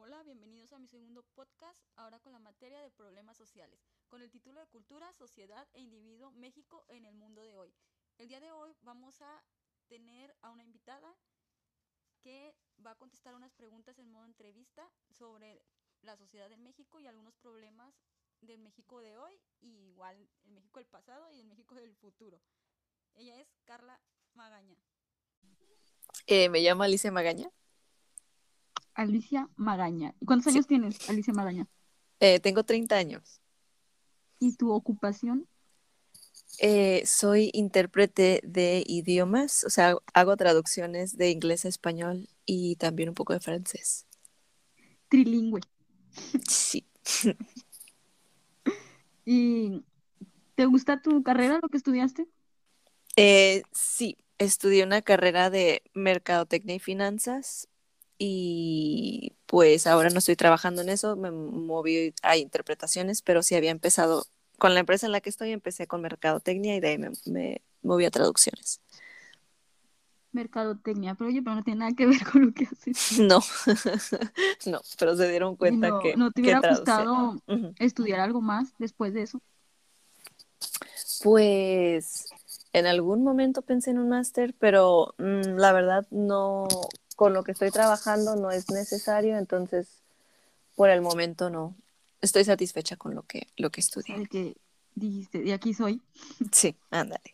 Hola, bienvenidos a mi segundo podcast, ahora con la materia de problemas sociales, con el título de Cultura, Sociedad e Individuo, México en el mundo de hoy. El día de hoy vamos a tener a una invitada que va a contestar unas preguntas en modo entrevista sobre la sociedad en México y algunos problemas del México de hoy, y igual el México del pasado y el México del futuro. Ella es Carla Magaña. Me llamo Alicia Magaña. Alicia Magaña. ¿Y cuántos Sí. años tienes, Alicia Magaña? Tengo 30 años. ¿Y tu ocupación? Soy intérprete de idiomas, o sea, hago traducciones de inglés a español y también un poco de francés. Trilingüe. Sí. ¿Y te gusta tu carrera, lo que estudiaste? Sí, estudié una carrera de mercadotecnia y finanzas y pues ahora no estoy trabajando en eso, me moví a interpretaciones, pero sí había empezado con la empresa en la que estoy, empecé con mercadotecnia y de ahí me moví a traducciones. Mercadotecnia, pero oye, pero no tiene nada que ver con lo que haces. No, no, pero se dieron ¿Y cuenta no te que hubiera traducía. gustado Ujú. estudiar algo más después de eso? Pues en algún momento pensé en un máster, pero la verdad no, con lo que estoy trabajando no es necesario, entonces por el momento no. Estoy satisfecha con lo que O sea, estudié. de que dijiste, de aquí soy. Sí, ándale.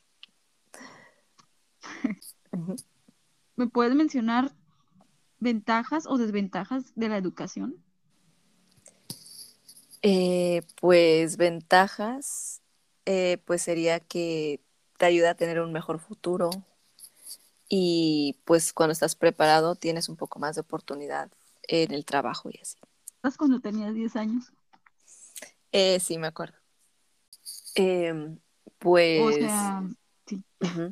Ujú. ¿Me puedes mencionar ventajas o desventajas de la educación? Pues ventajas, pues sería que te ayuda a tener un mejor futuro y pues cuando estás preparado tienes un poco más de oportunidad en el trabajo y así. ¿Estás cuando tenías 10 años? Sí, me acuerdo. Em, O pues, sea, sí. ujú.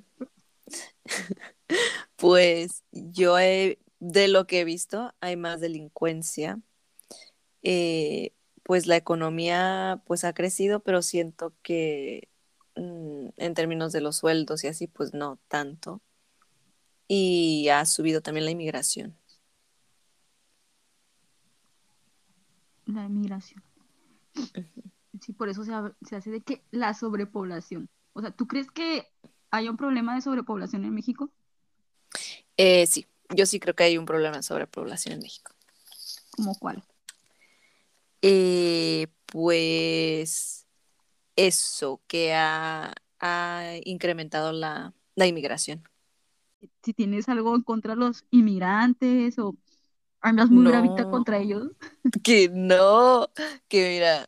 De lo que he visto, hay más delincuencia. Pues la economía pues ha crecido, pero siento que en términos de los sueldos y así, pues no tanto. Y ha subido también la inmigración. La inmigración. Sí, por eso se hace de que la sobrepoblación. O sea, ¿tú crees que hay un problema de sobrepoblación en México? Sí, yo sí creo que hay un problema de sobrepoblación en México. ¿Cómo cuál? Pues eso, que ha incrementado la inmigración. Si tienes algo en contra de los inmigrantes o andas muy bravita No, contra ellos. que no, que mira,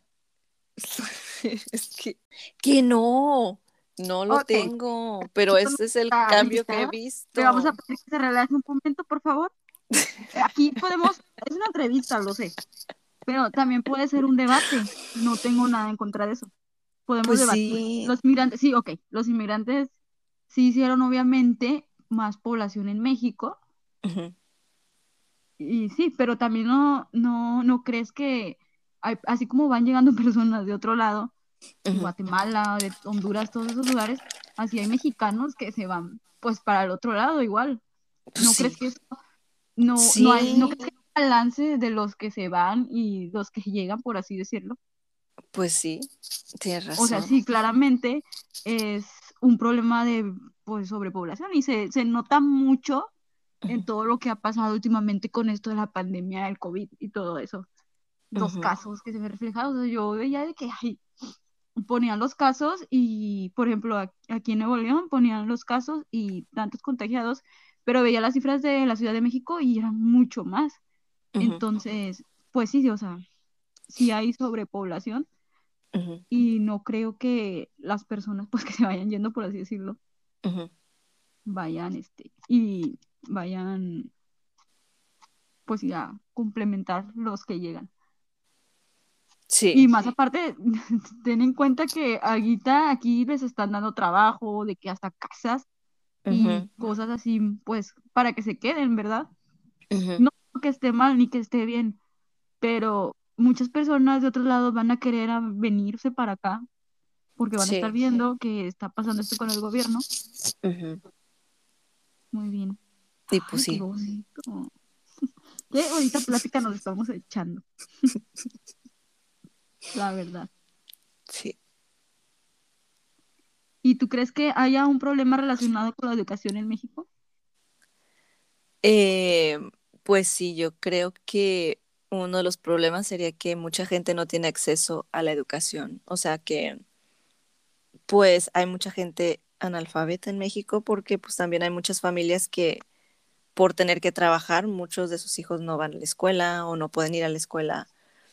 que no, no lo Ok, tengo, pero con ese es el nuestra cambio que he invitada, le vamos a visto. pedir que se relaje un momento, por favor. Aquí podemos, es una entrevista, lo sé, pero también puede ser un debate. No tengo nada en contra de eso. Podemos Pues debatir. sí, Los inmigrantes, sí, ok, los inmigrantes sí hicieron obviamente más población en México. ujú, Y sí, pero también no crees que así como van llegando personas de otro lado, de ujú, Guatemala, de Honduras, todos esos lugares, así hay mexicanos que se van pues para el otro lado igual. pues ¿No sí, crees que eso, no sí, crees que hay un balance de los que se van y los que llegan, por así decirlo? pues sí, tienes O sea, razón. sí, claramente es un problema de pues sobrepoblación y se nota mucho en Ujú, todo lo que ha pasado últimamente con esto de la pandemia del COVID y todo eso. Los ujú, casos que se ven reflejados. O sea, yo veía de que ay, ponían los casos y, por ejemplo, aquí en Nuevo León ponían los casos y tantos contagiados, pero veía las cifras de la Ciudad de México y eran mucho más. ujú, Entonces, pues sí, sí, o sea, sí hay sobrepoblación ujú, y no creo que las personas, pues que se vayan yendo, por así decirlo, ujú. vayan, y vayan, pues ya, complementar los que llegan. Y Sí, más aparte, ten en cuenta que ahorita aquí les están dando trabajo, de que hasta casas y ujú, cosas así, pues para que se queden, ¿verdad? ujú. No que esté mal ni que esté bien, pero muchas personas de otros lados van a querer venirse para acá porque van a estar Sí, viendo que está pasando esto con el gobierno. ujú. Muy bien. Y pues Ay, qué sí, bonito. Qué bonita plática nos estamos echando, la verdad. Sí. ¿Y tú crees que haya un problema relacionado con la educación en México? Eh, pues sí, yo creo que uno de los problemas sería que mucha gente no tiene acceso a la educación. O sea que pues hay mucha gente analfabeta en México porque pues también hay muchas familias que por tener que trabajar, muchos de sus hijos no van a la escuela o no pueden ir a la escuela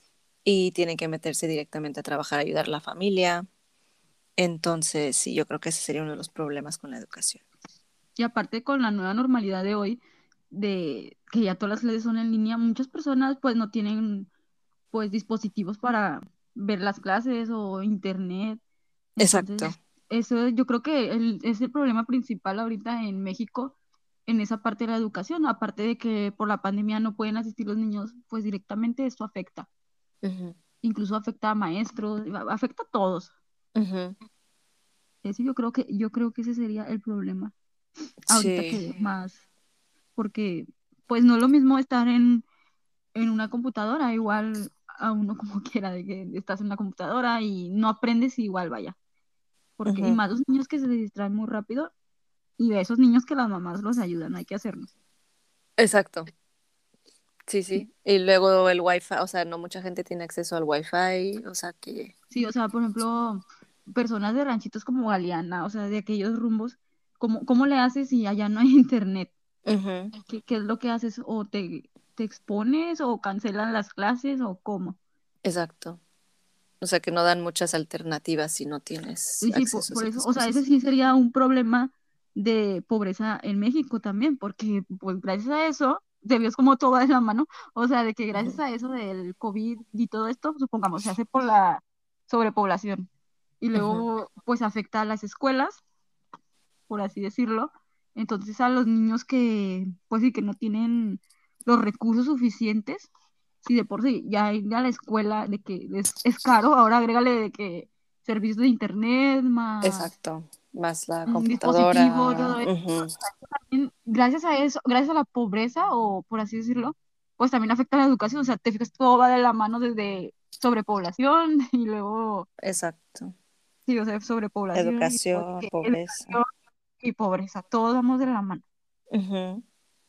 y tienen que meterse directamente a trabajar, a ayudar a la familia. Entonces, sí, yo creo que ese sería uno de los problemas con la educación. Y aparte con la nueva normalidad de hoy, de que ya todas las clases son en línea, muchas personas pues no tienen pues dispositivos para ver las clases o internet. Exacto. Entonces, eso yo creo que es el problema principal ahorita en México en esa parte de la educación, aparte de que por la pandemia no pueden asistir los niños, pues directamente esto afecta, Ujú, incluso afecta a maestros, afecta a todos. ujú. Eso yo creo que ese sería el problema ahorita Sí, que más, porque pues no es lo mismo estar en una computadora, igual a uno como quiera, de que estás en una computadora y no aprendes igual, vaya, porque y ujú, más los niños que se distraen muy rápido y de esos niños que las mamás los ayudan, hay que hacernos. exacto. Sí, Sí, sí. Y luego el wifi, o sea, no mucha gente tiene acceso al wifi, o sea que... sí, o sea, por ejemplo, personas de ranchitos como Galeana, o sea, de aquellos rumbos, ¿cómo le haces si allá no hay internet? Ujú, ¿Qué es lo que haces? ¿O te expones o cancelan las clases o cómo? exacto. O sea que no dan muchas alternativas si no tienes Y sí, por, acceso a por eso, ciertas o sea, ese cosas. sí sería un problema de pobreza en México también, porque pues gracias a eso, se vio como todo va de la mano, o sea, de que gracias Ujú, a eso del COVID y todo esto, supongamos, se hace por la sobrepoblación y ujú, luego pues afecta a las escuelas, por así decirlo, entonces a los niños que pues sí que no tienen los recursos suficientes, si de por sí ya ir a la escuela de que es caro, ahora agrégale de que servicios de internet más exacto. Más la un dispositivo, computadora. todo eso. Ujú, También, gracias a eso, gracias a la pobreza, o por así decirlo, pues también afecta a la educación. O sea, te fijas, todo va de la mano desde sobrepoblación y luego, exacto. sí, o sea, sobrepoblación y luego Educación, que pobreza. educación y pobreza, todos vamos de la mano. Ujú,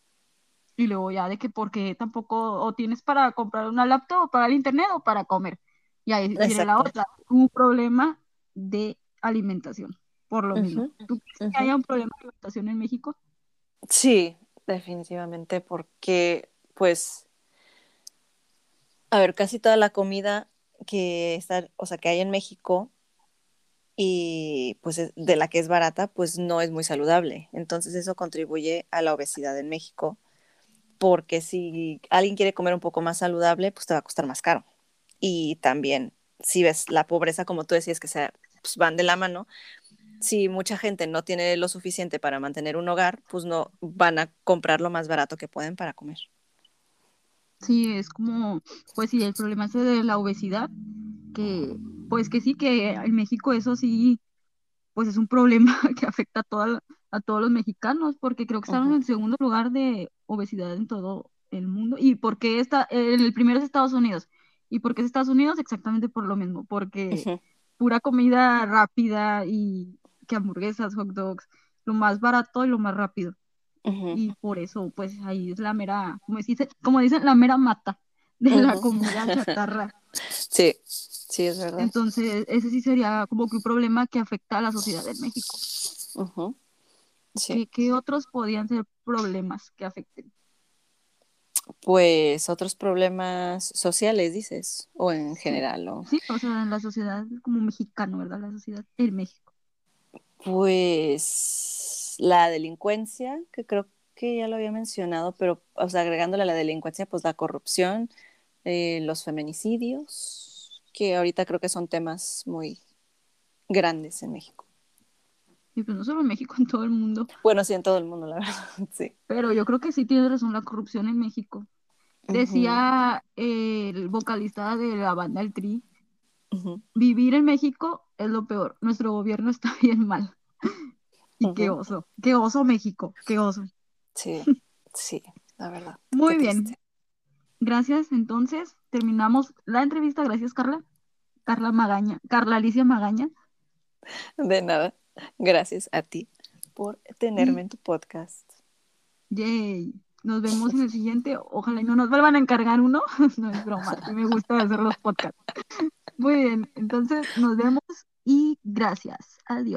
Y luego ya de que porque tampoco o tienes para comprar una laptop o pagar el internet o para comer. Y ahí viene la exacto. otra, un problema de alimentación, por lo mismo. Ujú, ¿Tú crees que ujú. haya un problema de alimentación en México? Sí, definitivamente, porque, pues, a ver, casi toda la comida que está, o sea, que hay en México y pues de la que es barata, pues no es muy saludable. Entonces eso contribuye a la obesidad en México, porque si alguien quiere comer un poco más saludable, pues te va a costar más caro. Y también, si ves la pobreza, como tú decías, que se, pues van de la mano, si mucha gente no tiene lo suficiente para mantener un hogar, pues no van a comprar lo más barato que pueden para comer. Sí, es como, pues sí, el problema ese de la obesidad, que pues que sí, que en México eso sí, pues es un problema que afecta a todos los mexicanos, porque creo que estamos Ujú, en el segundo lugar de obesidad en todo el mundo. ¿Y por qué está, el primero es Estados Unidos? ¿Y por qué es Estados Unidos? Exactamente por lo mismo, porque ujú, pura comida rápida y que hamburguesas, hot dogs, lo más barato y lo más rápido. ujú, Y por eso, pues ahí es la mera, como dicen, la mera mata de la ujú. comida chatarra. Sí, sí, es verdad. Entonces, ese sí sería como que un problema que afecta a la sociedad en México. Ujú, sí. ¿Qué otros podían ser problemas que afecten? Pues otros problemas sociales, dices, o en Sí, general, o sí, o sea, en la sociedad como mexicano, ¿verdad? La sociedad en México. pues la delincuencia, que creo que ya lo había mencionado, pero, o sea, agregándole a la delincuencia, pues la corrupción, los feminicidios, que ahorita creo que son temas muy grandes en México. Y pues no solo en México, en todo el mundo. Bueno, sí, en todo el mundo, la verdad, sí. Pero yo creo que sí tiene razón la corrupción en México. Ujú, Decía el vocalista de la banda El Tri, ujú, vivir en México es lo peor. Nuestro gobierno está bien mal. Y ujú. qué oso México, qué oso. Sí, sí, la verdad, qué Muy bien, triste. Gracias, entonces terminamos la entrevista. Gracias, Carla. Carla Magaña, Carla Alicia Magaña. De nada. Gracias a ti por tenerme Y en tu podcast. yay, nos vemos en el siguiente. Ojalá y no nos vuelvan a encargar uno. No es broma, sí me gusta hacer los podcasts. Muy bien, entonces nos vemos y gracias. Adiós.